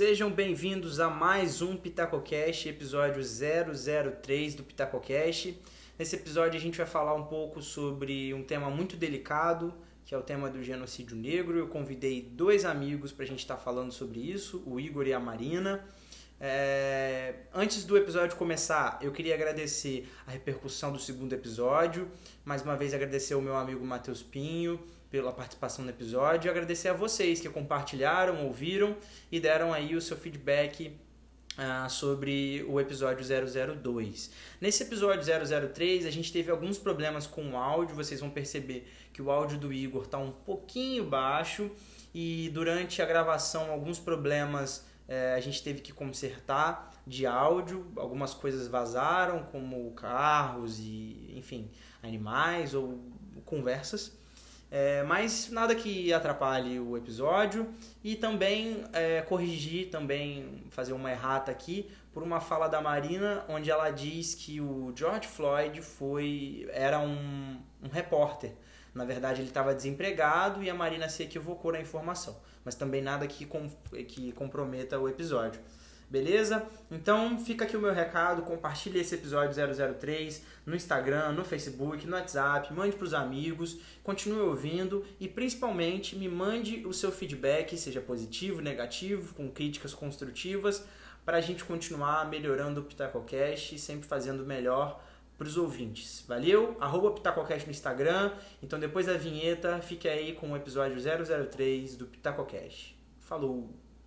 Sejam bem-vindos a mais um PitacoCast, episódio 003 do PitacoCast. Nesse episódio a gente vai falar um pouco sobre um tema muito delicado, que é o tema do genocídio negro. Eu convidei dois amigos para a gente estar falando sobre isso, o Igor e a Marina. Antes do episódio começar, eu queria agradecer a repercussão do segundo episódio, mais uma vez agradecer ao meu amigo Matheus Pinho pela participação no episódio e agradecer a vocês que compartilharam, ouviram e deram aí o seu feedback sobre o episódio 002. Nesse episódio 003 a gente teve alguns problemas com o áudio, vocês vão perceber que o áudio do Igor está um pouquinho baixo e durante a gravação alguns problemas a gente teve que consertar de áudio, algumas coisas vazaram, como carros e, enfim, animais ou conversas, mas nada que atrapalhe o episódio. E também corrigir, também fazer uma errata aqui, por uma fala da Marina, onde ela diz que o George Floyd era um repórter. Na verdade, ele estava desempregado e a Marina se equivocou na informação. Mas também nada que comprometa o episódio. Beleza? Então fica aqui o meu recado, compartilhe esse episódio 003 no Instagram, no Facebook, no WhatsApp, mande para os amigos, continue ouvindo e principalmente me mande o seu feedback, seja positivo, negativo, com críticas construtivas, para a gente continuar melhorando o PitacoCast e sempre fazendo melhor para os ouvintes. Valeu? @PitacoCast no Instagram. Então depois da vinheta, fique aí com o episódio 003 do PitacoCast. Falou!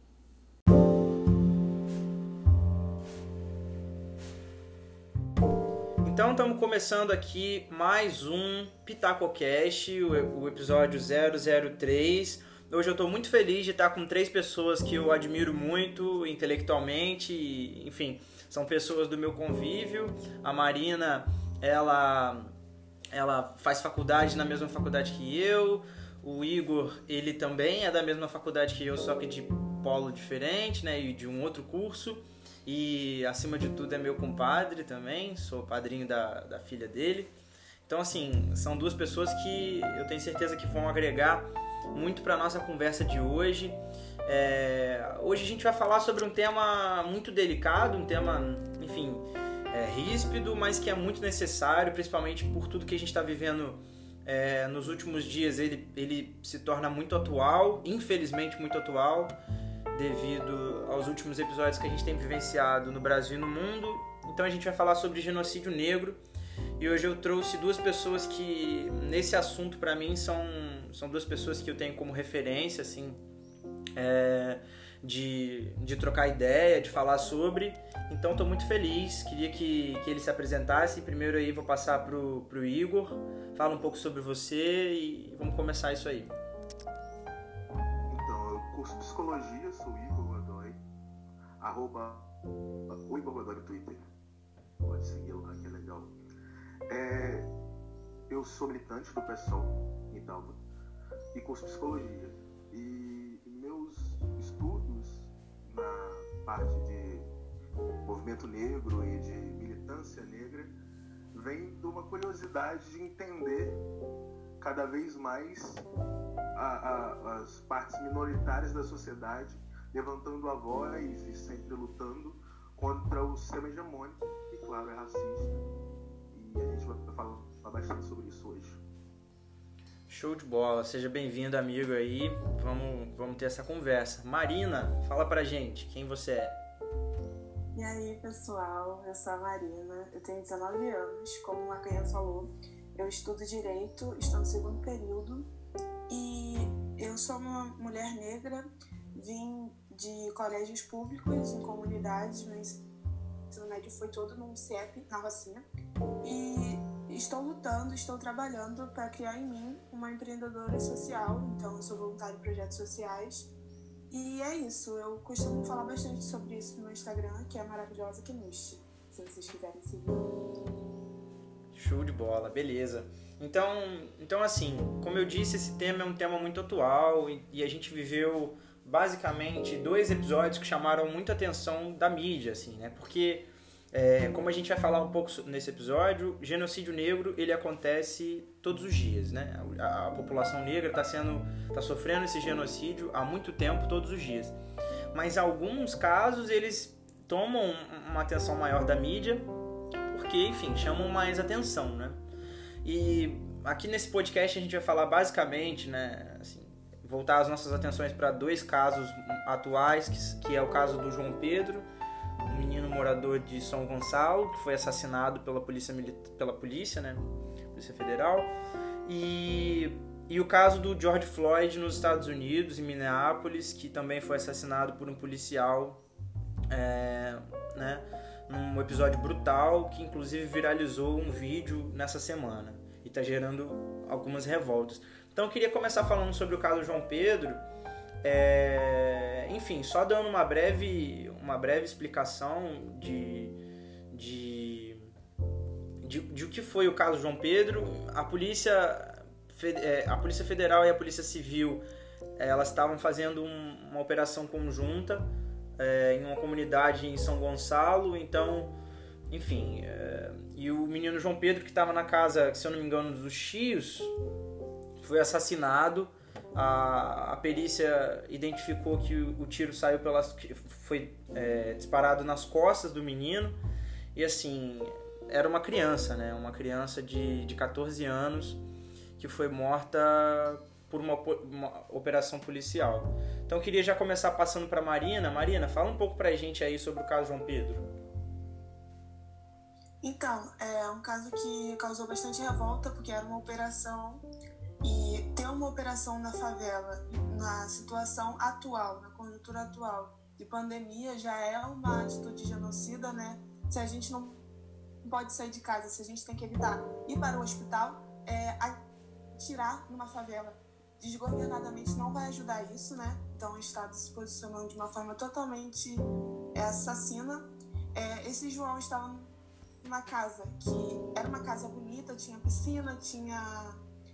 Então estamos começando aqui mais um PitacoCast, o episódio 003. Hoje eu estou muito feliz de estar com três pessoas que eu admiro muito intelectualmente, enfim, são pessoas do meu convívio. A Marina, ela faz faculdade na mesma faculdade que eu. O Igor, ele também é da mesma faculdade que eu, só que de polo diferente, né, e de um outro curso. E, acima de tudo, é meu compadre também, sou padrinho da filha dele. Então, assim, são duas pessoas que eu tenho certeza que vão agregar muito para a nossa conversa de hoje. Hoje a gente vai falar sobre um tema muito delicado, um tema, enfim, ríspido, mas que é muito necessário, principalmente por tudo que a gente está vivendo nos últimos dias. Ele se torna muito atual, infelizmente muito atual, devido aos últimos episódios que a gente tem vivenciado no Brasil e no mundo. Então a gente vai falar sobre genocídio negro e hoje eu trouxe duas pessoas que nesse assunto para mim são duas pessoas que eu tenho como referência, assim, de trocar ideia, de falar sobre. Então estou muito feliz, queria que ele se apresentasse. Primeiro aí vou passar pro Igor, fala um pouco sobre você e vamos começar isso aí. Curso Psicologia, sou o Igor Godoy, o Igor Godoy no Twitter, pode seguir lá que é legal. Eu sou militante do PSOL em Italva e curso Psicologia, e meus estudos na parte de movimento negro e de militância negra vem de uma curiosidade de entender cada vez mais as partes minoritárias da sociedade levantando a voz e sempre lutando contra o sistema hegemônico, que claro é racista, e a gente vai falar bastante sobre isso hoje. Show de bola, seja bem-vindo, amigo, aí, vamos ter essa conversa. Marina, fala pra gente, quem você é? E aí, pessoal, eu sou a Marina, eu tenho 19 anos, como o Macanha falou, eu estudo Direito, estou no segundo período e eu sou uma mulher negra, vim de colégios públicos em comunidades, meu ensino médio foi todo num CIEP, na Rocinha, e estou lutando, estou trabalhando para criar em mim uma empreendedora social, então eu sou voluntária em projetos sociais e é isso, eu costumo falar bastante sobre isso no meu Instagram, que é Maravilhosa Kinushi, se vocês quiserem seguir. Show de bola, beleza. Então assim, como eu disse, esse tema é um tema muito atual e a gente viveu basicamente 2 episódios que chamaram muita atenção da mídia, assim, né? Porque, como a gente vai falar um pouco nesse episódio, genocídio negro, ele acontece todos os dias, né? A população negra está sofrendo esse genocídio há muito tempo, todos os dias. mas alguns casos eles tomam uma atenção maior da mídia, porque, enfim, chamam mais atenção, né? E aqui nesse podcast a gente vai falar basicamente, né, assim, voltar as nossas atenções para 2 casos atuais, que é o caso do João Pedro, um menino morador de São Gonçalo, que foi assassinado pela polícia, né, Polícia Federal, e o caso do George Floyd nos Estados Unidos, em Minneapolis, que também foi assassinado por um policial, né, num episódio brutal, que inclusive viralizou um vídeo nessa semana e está gerando algumas revoltas. Então eu queria começar falando sobre o caso João Pedro, enfim, só dando uma breve explicação de o que foi o caso João Pedro. A Polícia Federal e a Polícia Civil, elas estavam fazendo uma operação conjunta em uma comunidade em São Gonçalo, então, enfim, e o menino João Pedro, que estava na casa, se eu não me engano, dos tios, foi assassinado. A perícia identificou que o tiro saiu foi disparado nas costas do menino, e assim, era uma criança, né? Uma criança de 14 anos que foi morta por uma operação policial. Então eu queria já começar passando para Marina. Marina, fala um pouco pra gente aí sobre o caso João Pedro. Então, é um caso que causou bastante revolta, porque era uma operação, e ter uma operação na favela, na situação atual, na conjuntura atual de pandemia, já é uma atitude genocida, né? Se a gente não pode sair de casa, se a gente tem que evitar ir para o hospital, atirar numa favela desgovernadamente não vai ajudar isso, né? Então o Estado se posicionando de uma forma totalmente assassina. Esse João estava numa casa que era uma casa bonita, tinha piscina, tinha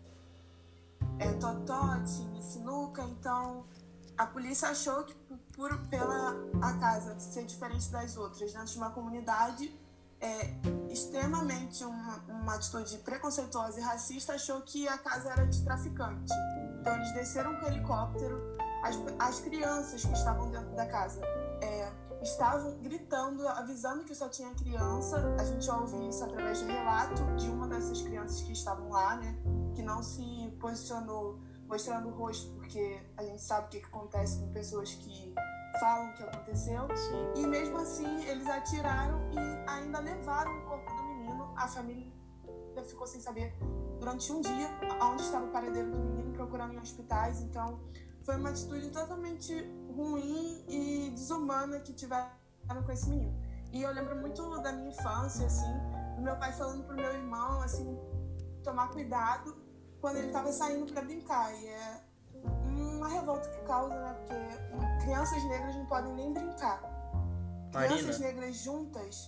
totó, tinha sinuca, então a polícia achou que pela a casa ser diferente das outras, dentro de uma comunidade extremamente uma atitude preconceituosa e racista, achou que a casa era de traficante. Então eles desceram com o helicóptero, as crianças que estavam dentro da casa estavam gritando, avisando que só tinha criança. A gente ouve isso através de relato de uma dessas crianças que estavam lá, né, que não se posicionou mostrando o rosto, porque a gente sabe o que acontece com pessoas que falam o que aconteceu. Sim. E mesmo assim eles atiraram e ainda levaram o corpo do menino. A família ficou sem saber durante um dia onde estava o paradeiro do menino, procurando em hospitais. Então foi uma atitude totalmente ruim e desumana que tiveram com esse menino. E eu lembro muito da minha infância, assim, do meu pai falando pro meu irmão, assim, tomar cuidado quando ele estava saindo para brincar. E é uma revolta que causa, né? Porque crianças negras não podem nem brincar. Marina. Crianças negras juntas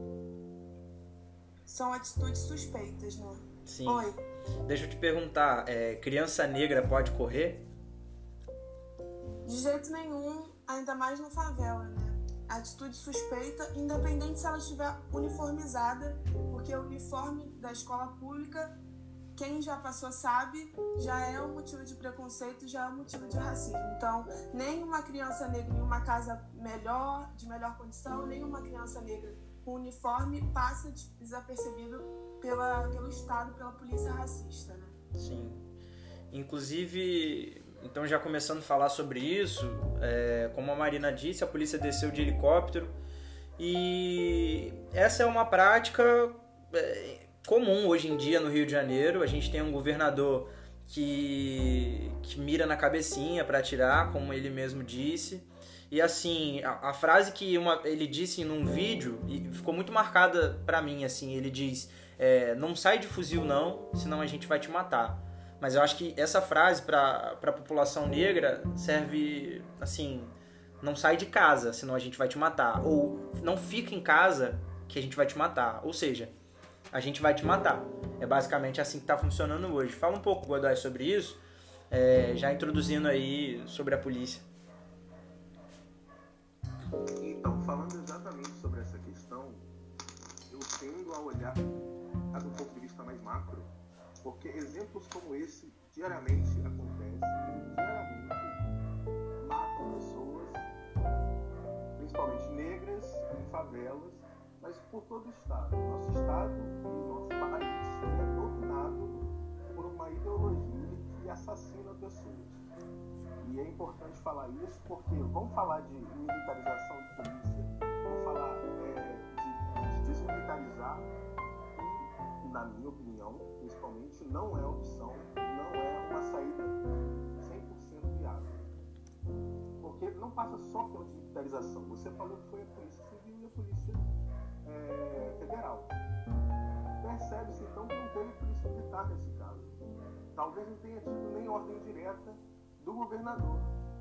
são atitudes suspeitas, né? Sim. Oi. Deixa eu te perguntar, criança negra pode correr? De jeito nenhum, ainda mais na favela, né? Atitude suspeita, independente se ela estiver uniformizada, porque o uniforme da escola pública, quem já passou sabe, já é um motivo de preconceito, já é um motivo de racismo. Então, nem uma criança negra em uma casa melhor, de melhor condição, nem uma criança negra com uniforme passa desapercebido pelo Estado, pela polícia racista, né? Sim. Inclusive, então já começando a falar sobre isso, como a Marina disse, a polícia desceu de helicóptero e essa é uma prática comum hoje em dia no Rio de Janeiro. A gente tem um governador que mira na cabecinha para atirar, como ele mesmo disse. E assim, a frase que ele disse num vídeo e ficou muito marcada para mim, assim, ele diz: não sai de fuzil não, senão a gente vai te matar. Mas eu acho que essa frase para a população negra serve assim: não sai de casa, senão a gente vai te matar. Ou não fica em casa que a gente vai te matar. Ou seja, a gente vai te matar. É basicamente assim que está funcionando hoje. Fala um pouco, Godoy, sobre isso, já introduzindo aí sobre a polícia. Então, falando exatamente sobre essa questão, eu tendo a olhar do ponto de vista mais macro, porque exemplos como esse diariamente acontecem, diariamente matam pessoas negras em favelas, mas por todo o Estado. Nosso Estado e nosso país é dominado por uma ideologia que assassina pessoas. E é importante falar isso porque vamos falar de militarização de polícia, vamos falar de desmilitarizar e, na minha opinião, principalmente, não é opção, não é uma saída 100% viável. Porque não passa só pela militarização. Você falou que foi a Polícia Civil e a Polícia Federal. Percebe-se então que não teve polícia militar nesse caso. Talvez não tenha tido nem ordem direta do governador.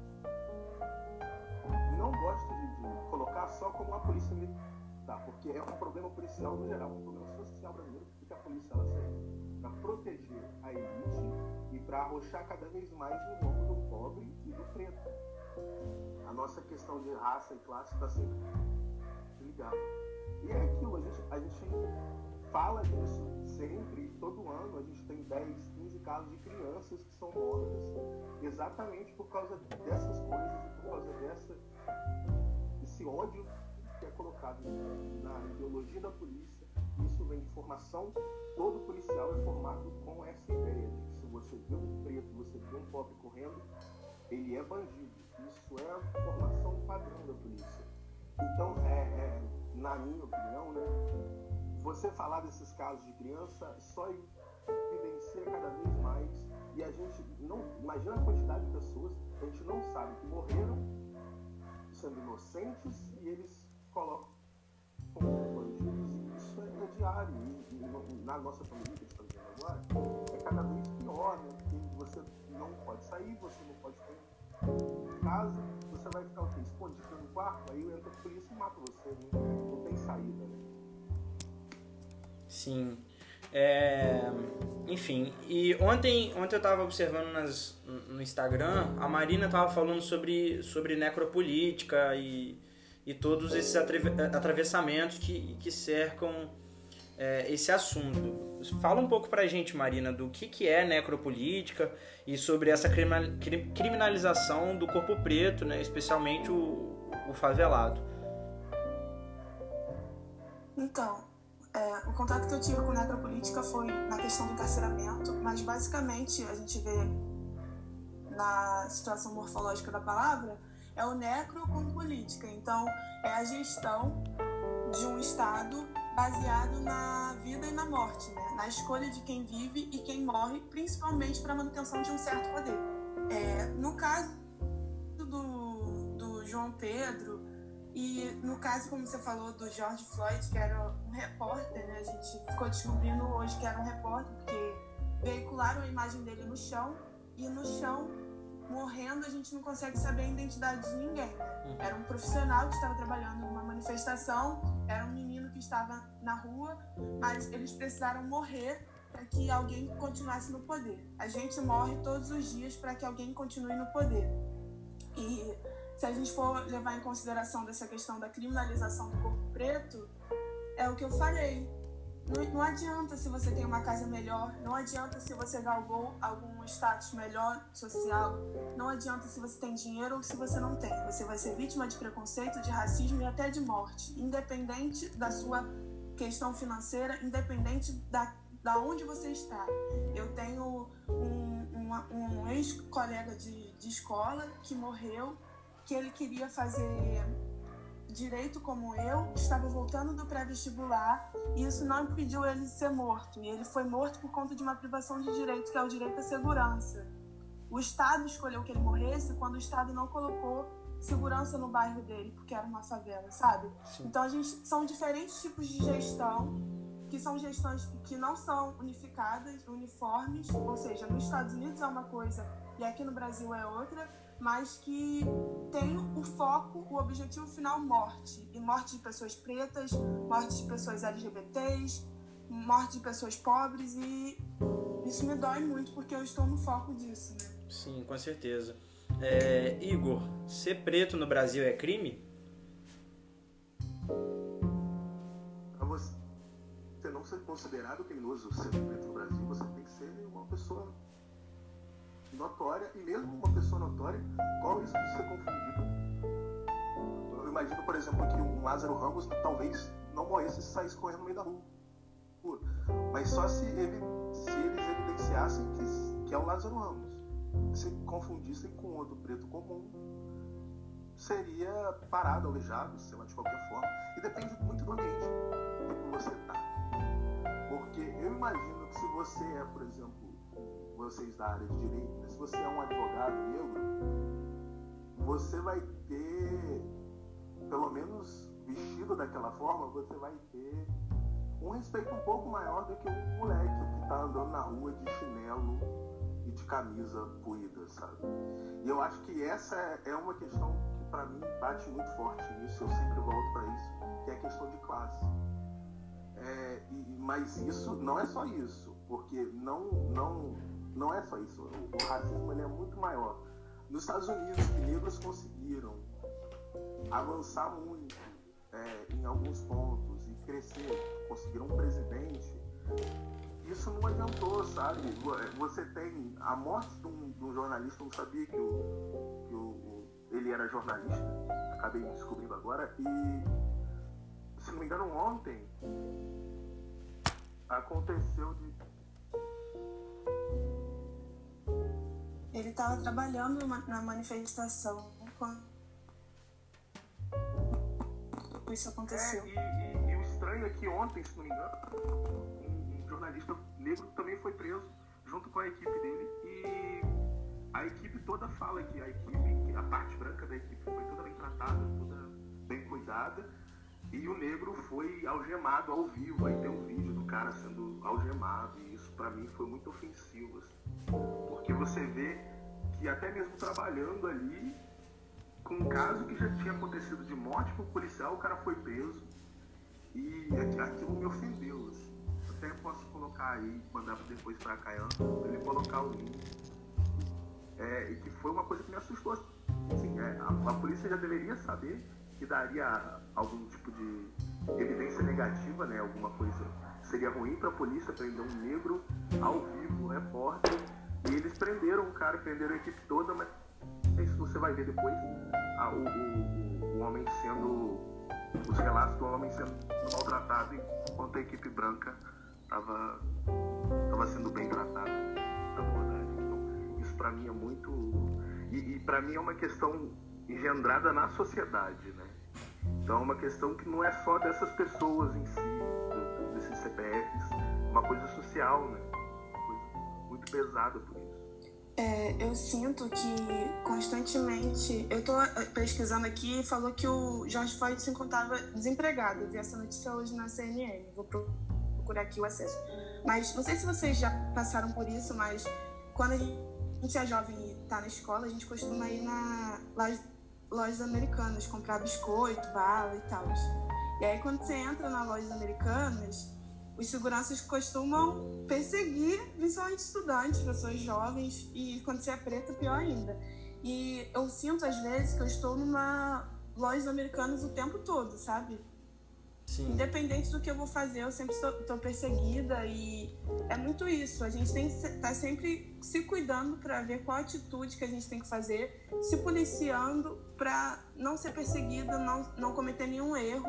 Não gosto de colocar só como uma polícia militar, porque é um problema policial no geral, um problema social brasileiro, porque a polícia ela serve para proteger a elite e para arrochar cada vez mais no lombo do pobre e do preto. A nossa questão de raça e classe está sempre ligada. E é aquilo, a gente fala disso sempre, todo ano a gente tem 10, 15 casos de crianças que são mortas exatamente por causa dessas coisas e por causa desse ódio que é colocado na ideologia da polícia. Isso vem de formação, todo policial é formado com essa ideia de que se você vê um preto, você vê um pobre correndo, ele é bandido. Isso é a formação padrão da polícia. Então, na minha opinião, né, você falar desses casos de criança só evidencia cada vez mais, e a gente não imagina a quantidade de pessoas que a gente não sabe que morreram sendo inocentes e eles colocam como bandidos, e isso é diário. E na nossa pandemia que a gente está vivendo agora, é cada vez pior, né? Porque você não pode sair, você não pode ter casa, você vai ficar o quê? Escondido no quarto, aí entra a polícia e mata você, não tem saída, né? Sim. Enfim, e ontem eu estava observando no Instagram, a Marina estava falando sobre necropolítica e todos esses atravessamentos que cercam esse assunto. Fala um pouco pra gente, Marina, do que é necropolítica e sobre essa criminalização do corpo preto, né, especialmente o favelado. Então, o contato que eu tive com necropolítica foi na questão do encarceramento, mas basicamente a gente vê na situação morfológica da palavra, é o necro com política. Então, é a gestão de um Estado baseado na vida e na morte, né? Na escolha de quem vive e quem morre, principalmente para a manutenção de um certo poder. No caso do João Pedro, e no caso, como você falou, do George Floyd, que era um repórter, né? A gente ficou descobrindo hoje que era um repórter, porque veicularam a imagem dele no chão, e no chão, morrendo, a gente não consegue saber a identidade de ninguém. Era um profissional que estava trabalhando numa manifestação, era um menino que estava na rua, mas eles precisaram morrer para que alguém continuasse no poder. A gente morre todos os dias para que alguém continue no poder. E se a gente for levar em consideração dessa questão da criminalização do corpo preto, é o que eu falei. Não adianta se você tem uma casa melhor, não adianta se você galgou algum status melhor social, não adianta se você tem dinheiro ou se você não tem. Você vai ser vítima de preconceito, de racismo e até de morte, independente da sua questão financeira, independente da onde você está. Eu tenho um ex-colega de escola que morreu, que ele queria fazer direito como eu, estava voltando do pré-vestibular, e isso não impediu ele de ser morto. E ele foi morto por conta de uma privação de direito, que é o direito à segurança. O Estado escolheu que ele morresse quando o Estado não colocou segurança no bairro dele, porque era uma favela, sabe? Sim. Então, são diferentes tipos de gestão, que são gestões que não são unificadas, uniformes, ou seja, nos Estados Unidos é uma coisa e aqui no Brasil é outra, mas que tem o foco, o objetivo final, morte. E morte de pessoas pretas, morte de pessoas LGBTs, morte de pessoas pobres, e isso me dói muito porque eu estou no foco disso, né? Sim, com certeza. Igor, ser preto no Brasil é crime? Para você não ser considerado criminoso sendo preto no Brasil, você tem que ser uma pessoa notória, e mesmo uma pessoa notória, qual o risco de ser confundido? Eu imagino, por exemplo, que um Lázaro Ramos talvez não morresse se saísse correndo no meio da rua. Mas só se eles evidenciassem que é o Lázaro Ramos. Se confundissem com outro preto comum, seria parado, aleijado, sei lá, de qualquer forma. E depende muito do ambiente que você está. Porque eu imagino que se você é, por exemplo, vocês da área de direito, né? Se você é um advogado negro, você vai ter, pelo menos vestido daquela forma, você vai ter um respeito um pouco maior do que um moleque que está andando na rua de chinelo e de camisa puída, sabe? E eu acho que essa é uma questão que para mim bate muito forte nisso, eu sempre volto para isso, que é a questão de classe. Mas isso não é só isso, porque não é só isso. O racismo ele é muito maior. Nos Estados Unidos, que negros conseguiram avançar muito em alguns pontos e crescer, conseguiram um presidente, isso não adiantou, sabe? Você tem a morte de um jornalista, eu não sabia que ele era jornalista, acabei me descobrindo agora, e se não me engano ontem aconteceu de... Ele estava trabalhando na manifestação quando isso aconteceu. E o estranho é que ontem, se não me engano, um jornalista negro também foi preso junto com a equipe dele, e a equipe toda fala que a parte branca da equipe foi toda bem tratada, toda bem cuidada, e o negro foi algemado ao vivo. Aí tem um vídeo do cara sendo algemado, e isso pra mim foi muito ofensivo, assim, porque você vê que até mesmo trabalhando ali, com um caso que já tinha acontecido de morte pro policial, o cara foi preso, e aquilo me ofendeu, assim. Até posso colocar aí, mandar depois pra Caian, pra ele colocar o link. E que foi uma coisa que me assustou. Assim, a polícia já deveria saber que daria algum tipo de evidência negativa, né? Alguma coisa seria ruim para a polícia prender um negro ao vivo, repórter. E eles prenderam o cara, prenderam a equipe toda, mas isso você vai ver depois. O homem sendo... Os relatos do homem sendo maltratado, enquanto a equipe branca estava sendo bem tratada, na verdade. Então, isso para mim é muito... E para mim é uma questão engendrada na sociedade, né? Então é uma questão que não é só dessas pessoas em si, desses CPFs, é uma coisa social, né? Uma coisa muito pesada por isso. Eu sinto que constantemente... Eu tô pesquisando aqui e falou que o George Floyd se encontrava desempregado. Eu vi essa notícia hoje na CNN. Vou procurar aqui o acesso. Mas não sei se vocês já passaram por isso, mas quando a gente é jovem e tá na escola, a gente costuma ir na lojas americanas, comprar biscoito, bala e tal. E aí quando você entra na lojas americanas, os seguranças costumam perseguir, principalmente estudantes, pessoas jovens, e quando você é preta, pior ainda. E eu sinto, às vezes, que eu estou numa loja americanas o tempo todo, sabe? Sim. Independente do que eu vou fazer, eu sempre estou perseguida, e é muito isso. A gente tem que estar sempre se cuidando para ver qual atitude que a gente tem que fazer, se policiando para não ser perseguida, não cometer nenhum erro,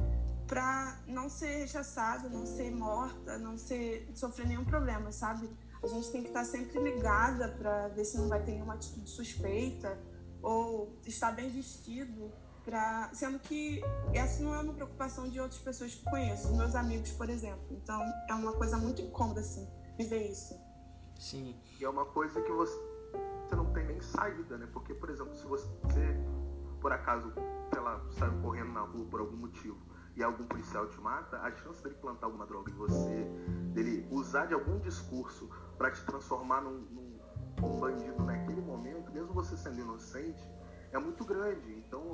para não ser rechaçada, não ser morta, não sofrer nenhum problema, sabe? A gente tem que estar sempre ligada para ver se não vai ter nenhuma atitude suspeita ou estar bem vestido, sendo que essa não é uma preocupação de outras pessoas que conheço, meus amigos, por exemplo. Então, é uma coisa muito incômoda, assim, viver isso. Sim. E é uma coisa que você não tem nem saída, né? Porque, por exemplo, se você, por acaso, sei lá, saiu correndo na rua por algum motivo e algum policial te mata, a chance dele plantar alguma droga em você, dele usar de algum discurso para te transformar num bandido naquele momento, mesmo você sendo inocente, é muito grande. Então,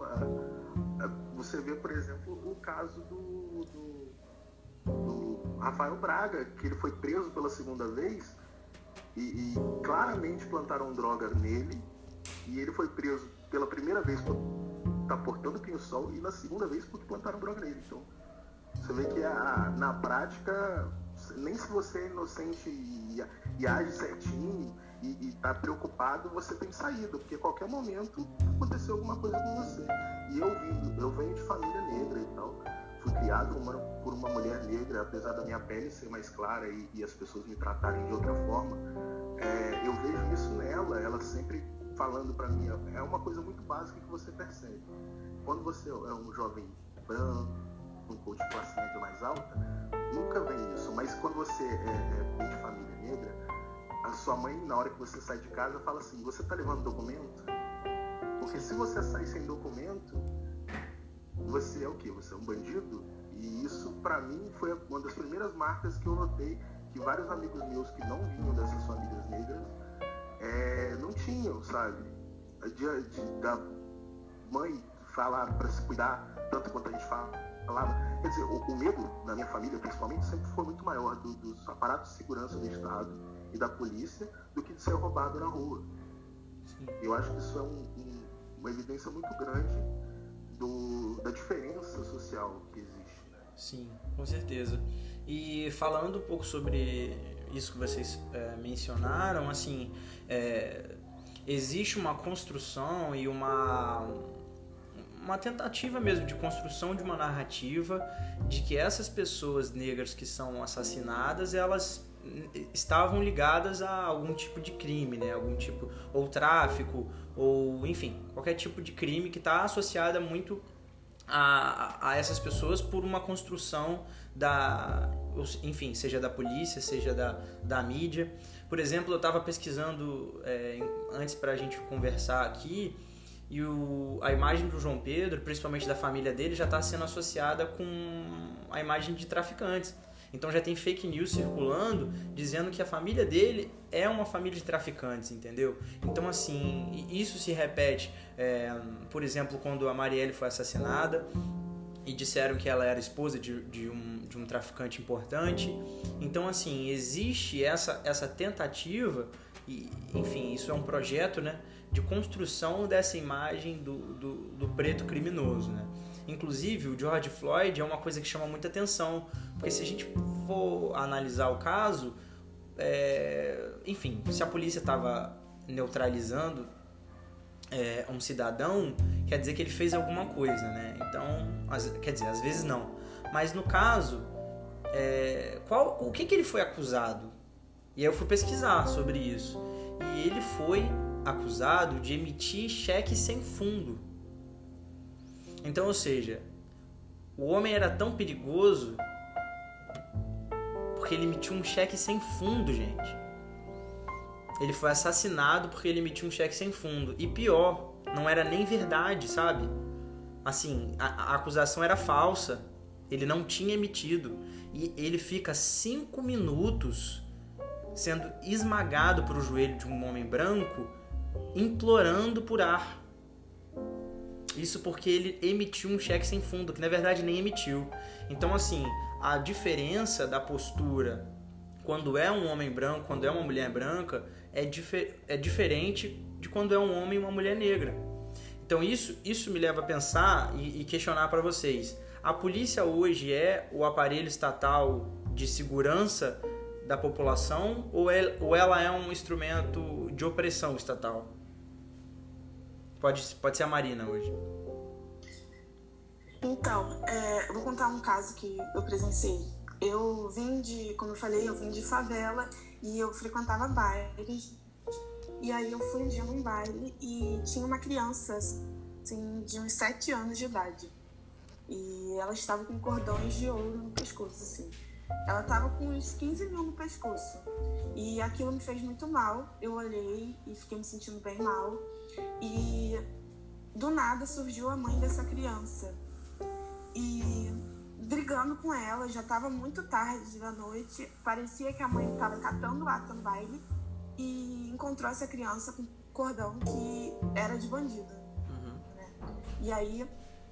você vê, por exemplo, o caso do Rafael Braga, que ele foi preso pela segunda vez e claramente plantaram droga nele, e ele foi preso pela primeira vez por estar portando pinho-sol, e na segunda vez porque plantaram droga nele. Então, você vê que na prática, nem se você é inocente e age certinho e está preocupado, você tem saída, porque a qualquer momento aconteceu alguma coisa com você. E eu venho de família negra e tal, criado por uma mulher negra, apesar da minha pele ser mais clara e as pessoas me tratarem de outra forma, eu vejo isso nela, ela sempre falando para mim, é uma coisa muito básica que você percebe. Quando você é um jovem branco, ou de classe média mais alta, nunca vem isso, mas quando você é de família negra, a sua mãe, na hora que você sai de casa, fala assim, você tá levando documento? Porque se você sai sem documento, você é o quê? Você é um bandido? E isso, para mim, foi uma das primeiras marcas que eu notei que vários amigos meus que não vinham dessas famílias negras não tinham, sabe? Da mãe falar para se cuidar, tanto quanto a gente falava. Quer dizer, o medo da minha família, principalmente, sempre foi muito maior dos aparatos de segurança do Estado e da polícia do que de ser roubado na rua. Sim. Eu acho que isso é uma evidência muito grande da diferença social que existe. Né? Sim, com certeza. E falando um pouco sobre isso que vocês mencionaram, assim, existe uma construção e uma tentativa mesmo de construção de uma narrativa de que essas pessoas negras que são assassinadas, elas estavam ligadas a algum tipo de crime, né? Algum tipo, ou tráfico, ou enfim, qualquer tipo de crime que está associada muito a essas pessoas por uma construção enfim, seja da polícia, seja da mídia. Por exemplo, eu estava pesquisando antes para a gente conversar aqui, e a imagem do João Pedro, principalmente da família dele, já está sendo associada com a imagem de traficantes. Então já tem fake news circulando dizendo que a família dele é uma família de traficantes, entendeu? Então, assim, isso se repete, por exemplo, quando a Marielle foi assassinada e disseram que ela era esposa de um traficante importante. Então, assim, existe essa tentativa, e, enfim, isso é um projeto, né, de construção dessa imagem do preto criminoso, né? Inclusive, o George Floyd é uma coisa que chama muita atenção, porque se a gente for analisar o caso, enfim, se a polícia estava neutralizando um cidadão, quer dizer que ele fez alguma coisa, né? Então, quer dizer, às vezes não. Mas no caso, o que ele foi acusado? E aí eu fui pesquisar sobre isso. E ele foi acusado de emitir cheque sem fundo. Então, ou seja, o homem era tão perigoso porque ele emitiu um cheque sem fundo, gente. Ele foi assassinado porque ele emitiu um cheque sem fundo. E pior, não era nem verdade, sabe? Assim, a acusação era falsa. Ele não tinha emitido. E ele fica 5 minutos sendo esmagado por o joelho de um homem branco, implorando por ar. Isso porque ele emitiu um cheque sem fundo, que na verdade nem emitiu. Então, assim, a diferença da postura quando é um homem branco, quando é uma mulher branca, é diferente de quando é um homem e uma mulher negra. Então, isso me leva a pensar e questionar para vocês. A polícia hoje é o aparelho estatal de segurança da população ou ela é um instrumento de opressão estatal? Pode ser a Marina hoje. Então, eu vou contar um caso que eu presenciei. Eu vim de favela e eu frequentava bailes. E aí eu fui um dia num baile e tinha uma criança, assim, de uns 7 anos de idade. E ela estava com cordões de ouro no pescoço, assim. Ela estava com uns 15 mil no pescoço. E aquilo me fez muito mal. Eu olhei e fiquei me sentindo bem mal. E do nada surgiu a mãe dessa criança. E brigando com ela, já estava muito tarde da noite. Parecia que a mãe estava catando lata no baile e encontrou essa criança com cordão que era de bandido. Né? E aí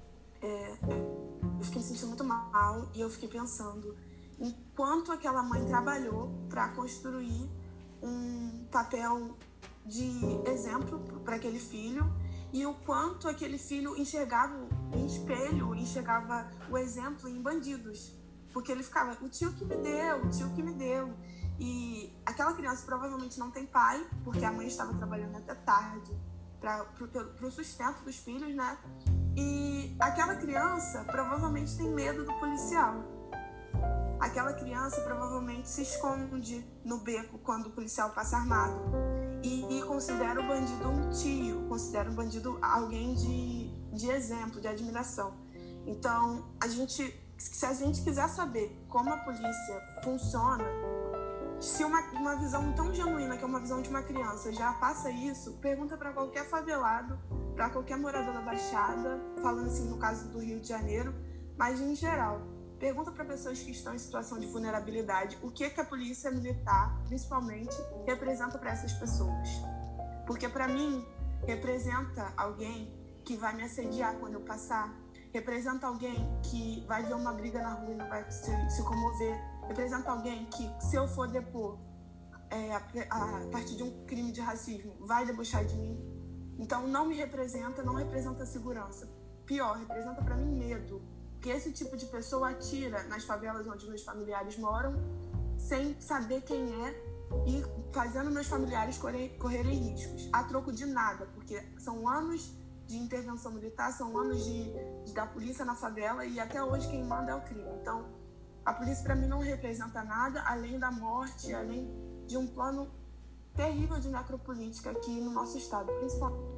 eu fiquei me sentindo muito mal e eu fiquei pensando em quanto aquela mãe trabalhou para construir um papel de exemplo para aquele filho e o quanto aquele filho enxergava em espelho, enxergava o exemplo em bandidos. Porque ele ficava, o tio que me deu. E aquela criança provavelmente não tem pai, porque a mãe estava trabalhando até tarde para o sustento dos filhos, né? E aquela criança provavelmente tem medo do policial. Aquela criança provavelmente se esconde no beco quando o policial passa armado. E considera o bandido um tio, considera o bandido alguém de exemplo, de admiração. Então, se a gente quiser saber como a polícia funciona, se uma visão tão genuína, que é uma visão de uma criança, já passa isso, pergunta para qualquer favelado, para qualquer morador da Baixada, falando assim no caso do Rio de Janeiro, mas em geral. Pergunta para pessoas que estão em situação de vulnerabilidade o que a polícia militar, principalmente, representa para essas pessoas. Porque para mim, representa alguém que vai me assediar quando eu passar, representa alguém que vai ver uma briga na rua e não vai se comover, representa alguém que, se eu for depor a partir de um crime de racismo, vai debochar de mim. Então não me representa, não representa segurança. Pior, representa para mim medo. Que esse tipo de pessoa atira nas favelas onde meus familiares moram, sem saber quem é e fazendo meus familiares correrem riscos, a troco de nada, porque são anos de intervenção militar, são anos da polícia na favela e até hoje quem manda é o crime. Então, a polícia para mim não representa nada além da morte, além de um plano terrível de necropolítica aqui no nosso estado, principalmente.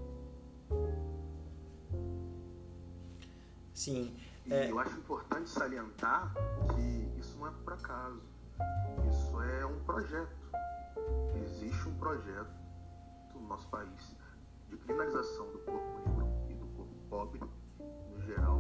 Sim. E eu acho importante salientar que isso não é por acaso. Isso é um projeto. Existe um projeto no nosso país de criminalização do corpo negro e do corpo pobre, no geral,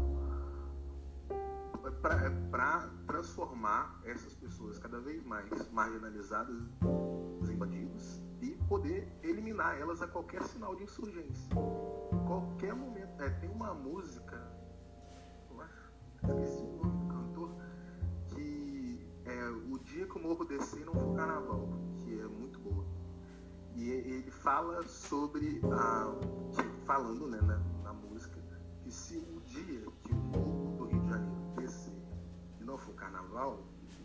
para transformar essas pessoas cada vez mais marginalizadas em bandidos e poder eliminar elas a qualquer sinal de insurgência. Qualquer momento. Tem uma música, esqueci o nome do cantor, que é O Dia que o Morro Descer Não For Carnaval, que é muito boa. E ele fala sobre falando, né, na música, que se o dia que o morro do Rio de Janeiro descer e não for carnaval,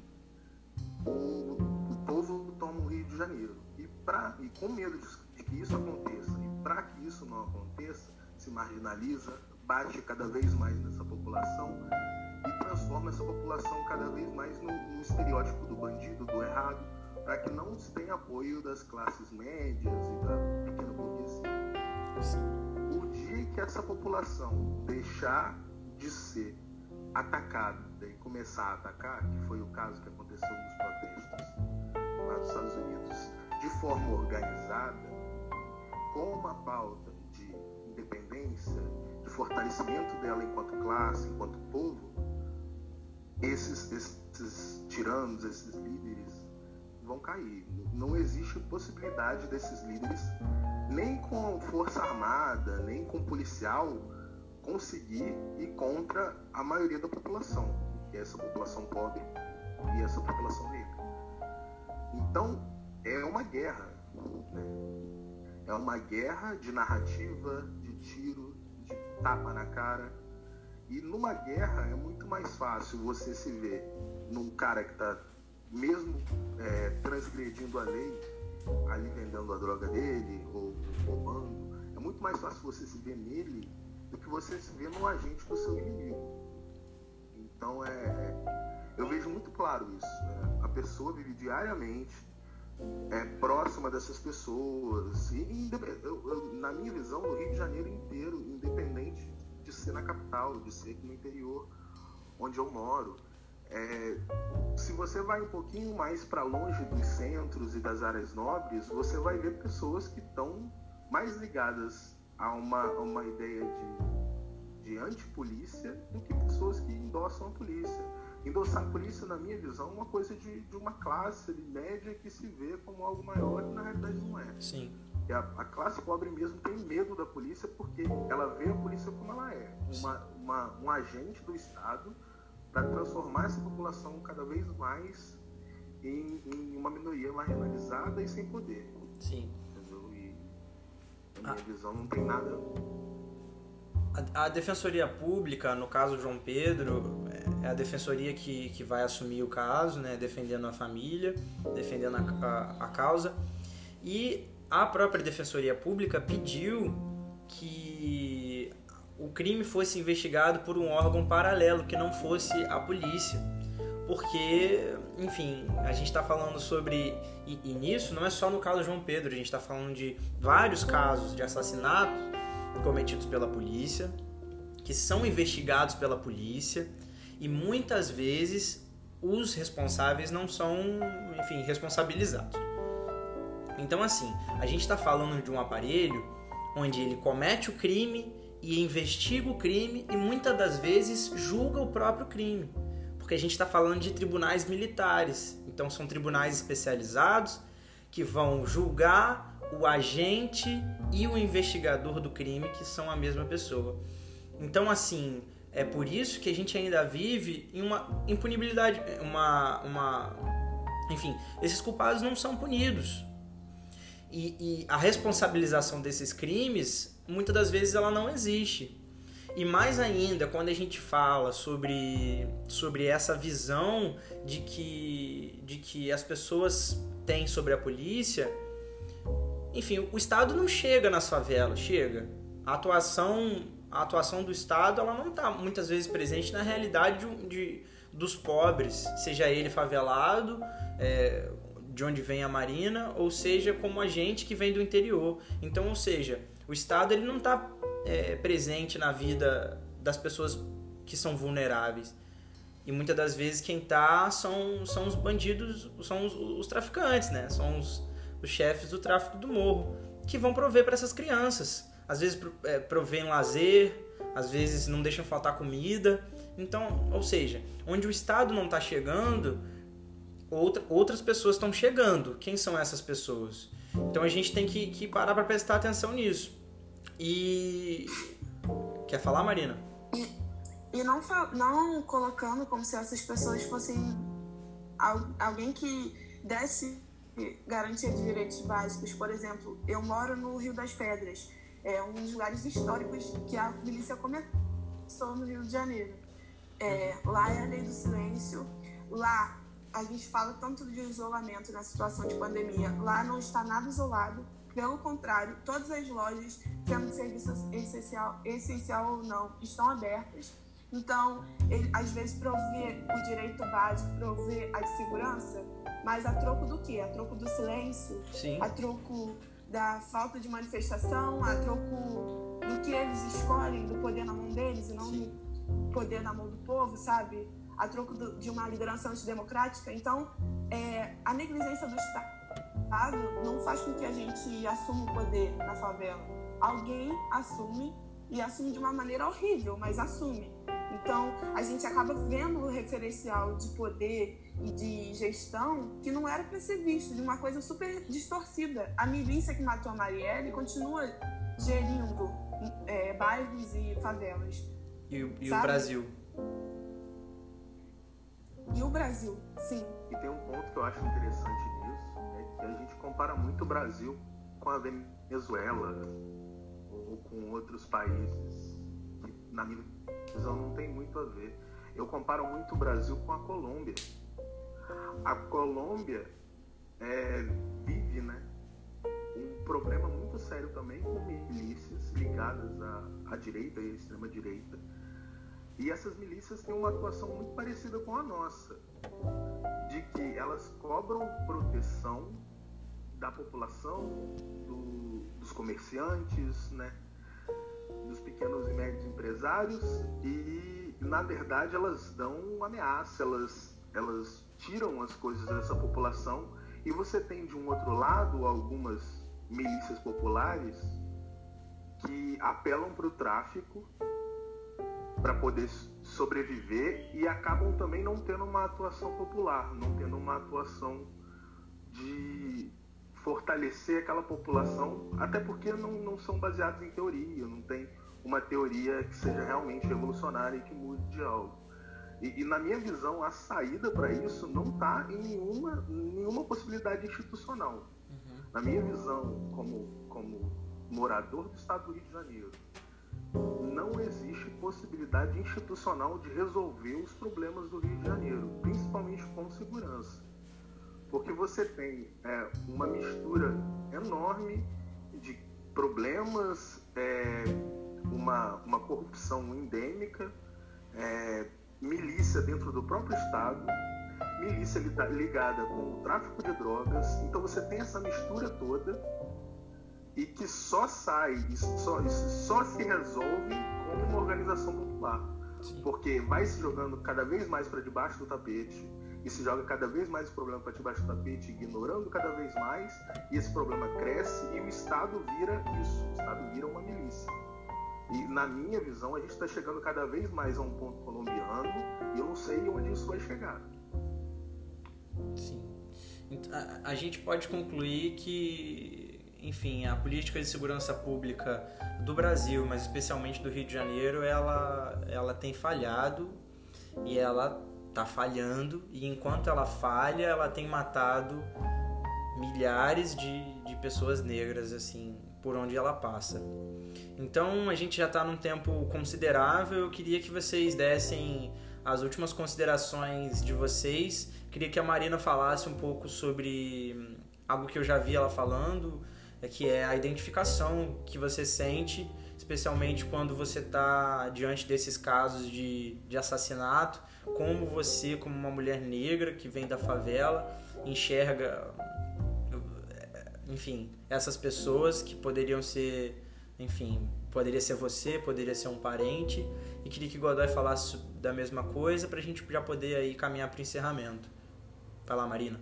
o povo toma o Rio de Janeiro. E com medo de que isso aconteça, e para que isso não aconteça, se marginaliza, bate cada vez mais nessa população e transforma essa população cada vez mais no estereótipo do bandido, do errado, para que não se tenha apoio das classes médias e da pequena burguesia. O dia que essa população deixar de ser atacada e começar a atacar, que foi o caso que aconteceu nos protestos lá nos Estados Unidos, de forma organizada, com uma pauta de independência, de fortalecimento dela enquanto classe, enquanto povo, esses tiranos, esses líderes vão cair. Não existe possibilidade desses líderes, nem com força armada, nem com policial, conseguir ir contra a maioria da população, que é essa população pobre e essa população negra. Então, é uma guerra, né? É uma guerra de narrativa, de tiro, de tapa na cara. E numa guerra é muito mais fácil você se ver num cara que está mesmo transgredindo a lei, ali vendendo a droga dele ou roubando. É muito mais fácil você se ver nele do que você se ver num agente do seu inimigo. Então eu vejo muito claro isso. A pessoa vive diariamente próxima dessas pessoas. E na minha visão, no Rio de Janeiro inteiro, independente de ser na capital, de ser no interior, onde eu moro, se você vai um pouquinho mais para longe dos centros e das áreas nobres, você vai ver pessoas que estão mais ligadas a uma ideia de antipolícia do que pessoas que endossam a polícia. Endossar a polícia, na minha visão, é uma coisa de uma classe média que se vê como algo maior e na realidade não é. Sim. E a classe pobre mesmo tem medo da polícia porque ela vê a polícia como ela é, um agente do Estado para transformar essa população cada vez mais em uma minoria marginalizada e sem poder. Sim. Entendeu? E na minha visão não tem nada. A Defensoria Pública, no caso João Pedro, é a defensoria que vai assumir o caso, né, defendendo a família, defendendo a causa. E a própria Defensoria Pública pediu que crime fosse investigado por um órgão paralelo que não fosse a polícia. Porque, enfim, a gente está falando sobre... E nisso não é só no caso João Pedro, a gente está falando de vários casos de assassinatos cometidos pela polícia, que são investigados pela polícia, e muitas vezes os responsáveis não são, enfim, responsabilizados. Então, assim, a gente está falando de um aparelho onde ele comete o crime e investiga o crime e muitas das vezes julga o próprio crime. Porque a gente está falando de tribunais militares. Então, são tribunais especializados que vão julgar o agente e o investigador do crime, que são a mesma pessoa. Então, assim, é por isso que a gente ainda vive em uma impunibilidade, enfim, esses culpados não são punidos. E a responsabilização desses crimes, muitas das vezes, ela não existe. E mais ainda, quando a gente fala sobre essa visão de que as pessoas têm sobre a polícia, enfim, o Estado não chega nas favelas, chega. A atuação do Estado, ela não está muitas vezes presente na realidade dos pobres, seja ele favelado, de onde vem a Marina, ou seja, como a gente que vem do interior. Então, ou seja, o Estado ele não está presente na vida das pessoas que são vulneráveis. E muitas das vezes quem está são os bandidos, são os traficantes, né? São os chefes do tráfico do morro, que vão prover para essas crianças. Às vezes provêm lazer, às vezes não deixam faltar comida. Então, ou seja, onde o Estado não está chegando, outras pessoas estão chegando. Quem são essas pessoas? Então a gente tem que parar para prestar atenção nisso. E... Quer falar, Marina? E não colocando como se essas pessoas fossem alguém que desse garantia de direitos básicos. Por exemplo, eu moro no Rio das Pedras. É um dos lugares históricos que a milícia começou no Rio de Janeiro. Lá é a lei do silêncio. Lá a gente fala tanto de isolamento na situação de pandemia. Lá não está nada isolado. Pelo contrário, todas as lojas, sendo serviço essencial ou não, estão abertas. Então, ele às vezes provê o direito básico, provê a de segurança, mas a troco do quê? A troco do silêncio? Sim. A troco da falta de manifestação? A troco do que eles escolhem, do poder na mão deles e não do poder na mão do povo, sabe? A troco de uma liderança antidemocrática? Então, a negligência do Estado não faz com que a gente assuma o poder na favela. Alguém assume, e assume de uma maneira horrível, mas assume. Então, a gente acaba vendo o referencial de poder e de gestão que não era para ser visto, de uma coisa super distorcida. A milícia que matou a Marielle continua gerindo bairros e favelas. E o Brasil? E o Brasil, sim. E tem um ponto que eu acho interessante nisso, que a gente compara muito o Brasil com a Venezuela ou com outros países que, na minha visão, não tem muito a ver. Eu comparo muito o Brasil com a Colômbia. A Colômbia vive, né, um problema muito sério também com milícias ligadas à direita e à extrema-direita. E essas milícias têm uma atuação muito parecida com a nossa, de que elas cobram proteção da população, dos comerciantes, né, dos pequenos e médios empresários, e na verdade elas dão ameaça, elas tiram as coisas dessa população. E você tem de um outro lado algumas milícias populares que apelam para o tráfico para poder sobreviver e acabam também não tendo uma atuação popular, não tendo uma atuação de fortalecer aquela população, até porque não são baseados em teoria, não tem uma teoria que seja realmente revolucionária e que mude algo. E na minha visão, a saída para isso não está em nenhuma possibilidade institucional. Na minha visão, como morador do estado do Rio de Janeiro, não existe possibilidade institucional de resolver os problemas do Rio de Janeiro, principalmente com segurança. Porque você tem uma mistura enorme de problemas uma corrupção endêmica, milícia dentro do próprio Estado, milícia ligada com o tráfico de drogas. Então você tem essa mistura toda e que só só se resolve com uma organização popular. Sim. Porque vai se jogando cada vez mais para debaixo do tapete e se joga cada vez mais o problema para debaixo do tapete, ignorando cada vez mais, e esse problema cresce e o Estado vira isso, o Estado vira uma milícia. E na minha visão a gente está chegando cada vez mais a um ponto colombiano e eu não sei onde isso vai chegar. Sim. A gente pode concluir que, enfim, a política de segurança pública do Brasil, mas especialmente do Rio de Janeiro, ela tem falhado e ela está falhando, e enquanto ela falha, ela tem matado milhares de pessoas negras, assim, por onde ela passa. Então a gente já está num tempo considerável. Eu queria que vocês dessem as últimas considerações de vocês. Queria que a Marina falasse um pouco sobre algo que eu já vi ela falando, que é a identificação que você sente, especialmente quando você está diante desses casos de assassinato, como você, como uma mulher negra que vem da favela, enxerga, enfim, essas pessoas que poderiam ser, enfim, poderia ser você, poderia ser um parente, e queria que Godoy falasse da mesma coisa para a gente já poder aí caminhar para o encerramento. Vai lá, Marina.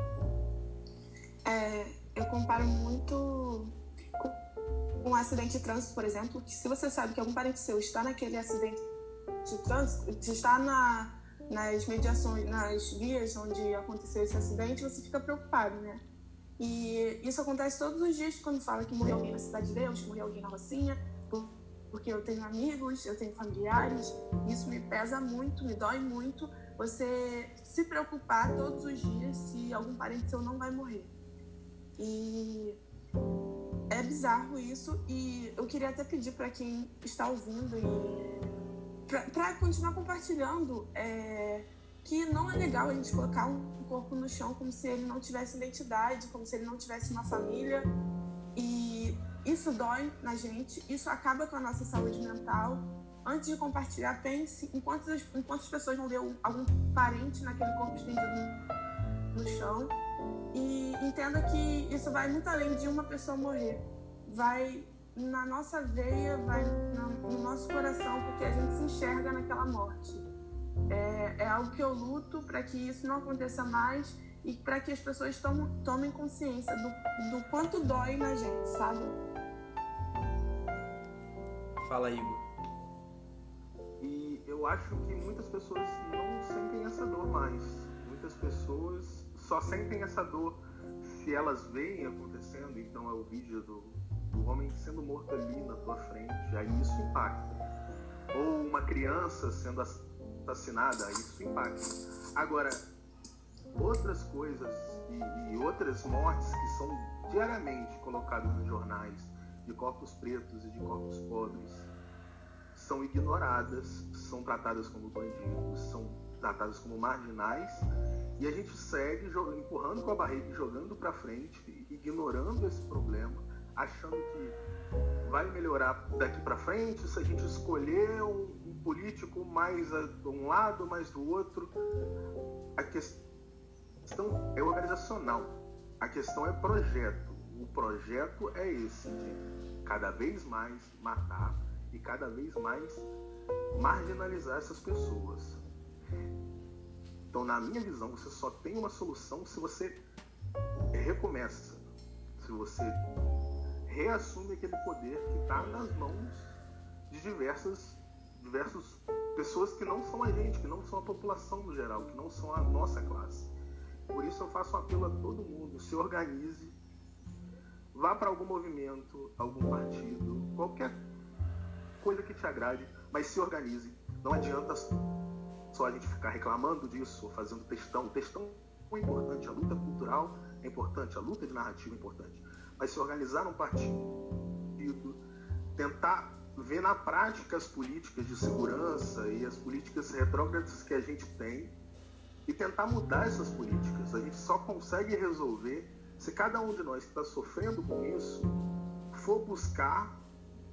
Eu comparo muito com um acidente de trânsito, por exemplo, que se você sabe que algum parente seu está naquele acidente de trânsito, está nas mediações, nas vias onde aconteceu esse acidente, você fica preocupado, né? E isso acontece todos os dias quando fala que morreu alguém na Cidade de Deus, que morreu alguém na Rocinha, porque eu tenho amigos, eu tenho familiares, isso me pesa muito, me dói muito, você se preocupar todos os dias se algum parente seu não vai morrer. E é bizarro isso, e eu queria até pedir para quem está ouvindo e para continuar compartilhando, que não é legal a gente colocar um corpo no chão como se ele não tivesse identidade, como se ele não tivesse uma família, e isso dói na gente, isso acaba com a nossa saúde mental. Antes de compartilhar, pense em quantas pessoas vão ver algum parente naquele corpo estendido no chão, e entenda que isso vai muito além de uma pessoa morrer, vai na nossa veia, vai no nosso coração, porque a gente se enxerga naquela morte. É algo que eu luto para que isso não aconteça mais e para que as pessoas tomem consciência do quanto dói na gente, sabe? Fala, Igor. E eu acho que muitas pessoas não sentem essa dor mais. Muitas pessoas só sentem essa dor se elas veem acontecendo. Então é o vídeo do homem sendo morto ali na tua frente, aí isso impacta. Ou uma criança sendo assassinada, isso impacta. Agora, outras coisas e outras mortes que são diariamente colocadas nos jornais, de corpos pretos e de corpos pobres, são ignoradas, são tratadas como bandidos, são tratadas como marginais, e a gente segue empurrando com a barriga e jogando para frente, ignorando esse problema, achando que vai melhorar daqui para frente se a gente escolher um político mais de um lado, mais do outro. A questão é organizacional, a questão é projeto. O projeto é esse, de cada vez mais matar e cada vez mais marginalizar essas pessoas. Então, na minha visão, você só tem uma solução se você recomeça, se você reassume aquele poder que está nas mãos de diversas pessoas que não são a gente, que não são a população no geral, que não são a nossa classe. Por isso eu faço um apelo a todo mundo: se organize, vá para algum movimento, algum partido, qualquer coisa que te agrade, mas se organize. Não adianta só a gente ficar reclamando disso ou fazendo textão. O textão é importante, a luta cultural é importante, a luta de narrativa é importante, mas se organizar num partido, tentar ver na prática as políticas de segurança e as políticas retrógradas que a gente tem e tentar mudar essas políticas. A gente só consegue resolver se cada um de nós que está sofrendo com isso for buscar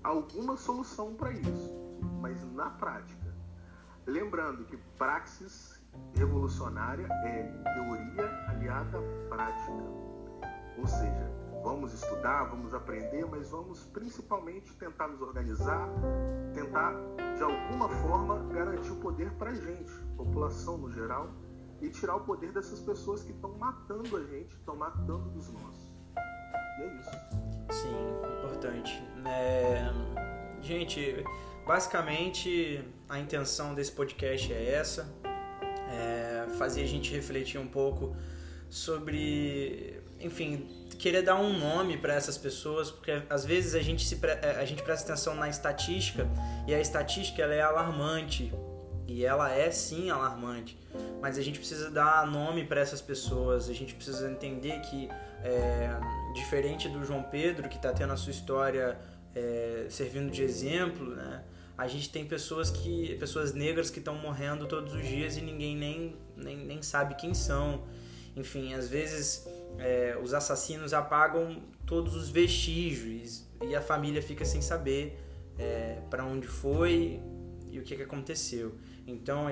alguma solução para isso, mas na prática. Lembrando que praxis revolucionária é teoria aliada à prática. Ou seja, vamos estudar, vamos aprender, mas vamos principalmente tentar nos organizar, tentar de alguma forma garantir o poder para a gente, população no geral, e tirar o poder dessas pessoas que estão matando a gente, estão matando dos nossos. E é isso. Sim, importante. Gente, basicamente a intenção desse podcast é essa, fazer a gente refletir um pouco sobre, enfim, querer dar um nome para essas pessoas, porque às vezes a gente presta atenção na estatística, e a estatística ela é alarmante, e ela é sim alarmante, mas a gente precisa dar nome para essas pessoas, a gente precisa entender que, diferente do João Pedro, que está tendo a sua história servindo de exemplo, né? A gente tem pessoas negras que estão morrendo todos os dias e ninguém nem sabe quem são. Enfim, às vezes os assassinos apagam todos os vestígios e a família fica sem saber para onde foi e o que aconteceu. Então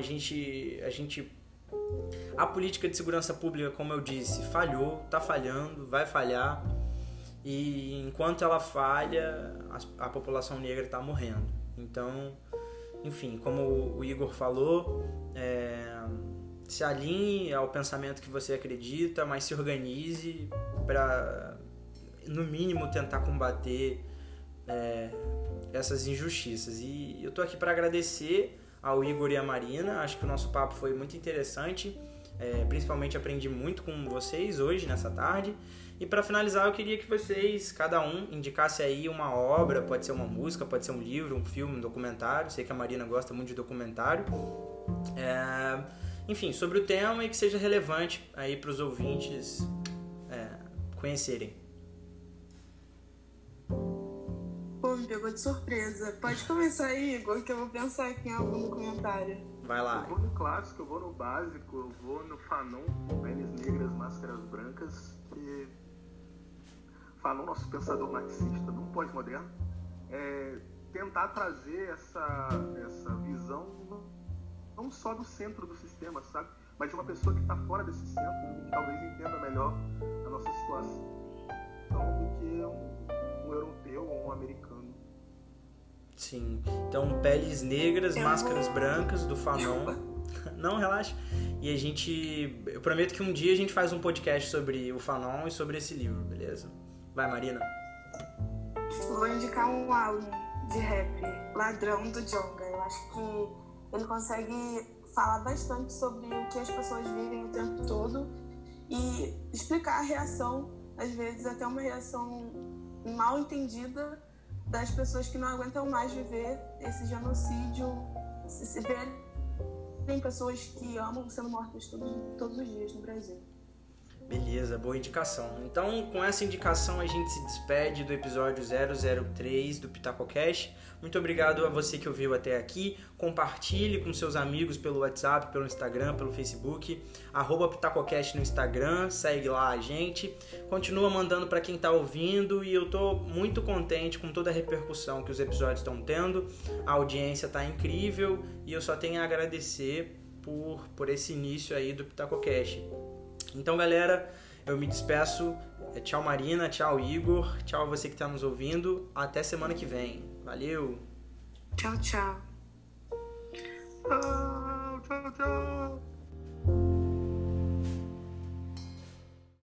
a política de segurança pública, como eu disse, falhou, está falhando, vai falhar, e enquanto ela falha, a população negra está morrendo. Então, enfim, como o Igor falou, se alinhe ao pensamento que você acredita, mas se organize para, no mínimo, tentar combater essas injustiças. E eu tô aqui para agradecer ao Igor e à Marina. Acho que o nosso papo foi muito interessante, principalmente aprendi muito com vocês hoje, nessa tarde. E para finalizar, eu queria que vocês, cada um, indicasse aí uma obra, pode ser uma música, pode ser um livro, um filme, um documentário. Sei que a Marina gosta muito de documentário. Enfim, sobre o tema e que seja relevante aí para os ouvintes conhecerem. Pô, me pegou de surpresa. Pode começar aí, Igor, que eu vou pensar aqui em algum documentário. Vai lá. Eu vou no clássico, eu vou no básico, eu vou no Fanon, Peles Negras, Máscaras Brancas, que Fanon, nosso pensador marxista, num pós-moderno, tentar trazer essa visão não só do centro do sistema, sabe? Mas de uma pessoa que está fora desse centro e que talvez entenda melhor a nossa situação do que um europeu ou um americano. Sim, então Peles Negras, Máscaras Brancas, do Fanon. Não, relaxa. E eu prometo que um dia a gente faz um podcast sobre o Fanon e sobre esse livro, beleza? Vai, Marina. Vou indicar um álbum de rap, Ladrão, do Djonga. Eu acho que ele consegue falar bastante sobre o que as pessoas vivem o tempo todo e explicar a reação, às vezes até uma reação mal entendida, das pessoas que não aguentam mais viver esse genocídio, se verem pessoas que amam sendo mortas todos os dias no Brasil. Beleza, boa indicação. Então, com essa indicação, a gente se despede do episódio 003 do PitacoCast. Muito obrigado a você que ouviu até aqui. Compartilhe com seus amigos pelo WhatsApp, pelo Instagram, pelo Facebook. @PitacoCast no Instagram, segue lá a gente. Continua mandando para quem está ouvindo e eu estou muito contente com toda a repercussão que os episódios estão tendo. A audiência está incrível e eu só tenho a agradecer por esse início aí do PitacoCast. Então, galera, eu me despeço. Tchau, Marina. Tchau, Igor. Tchau, você que está nos ouvindo. Até semana que vem. Valeu! Tchau, tchau. Tchau, tchau, tchau.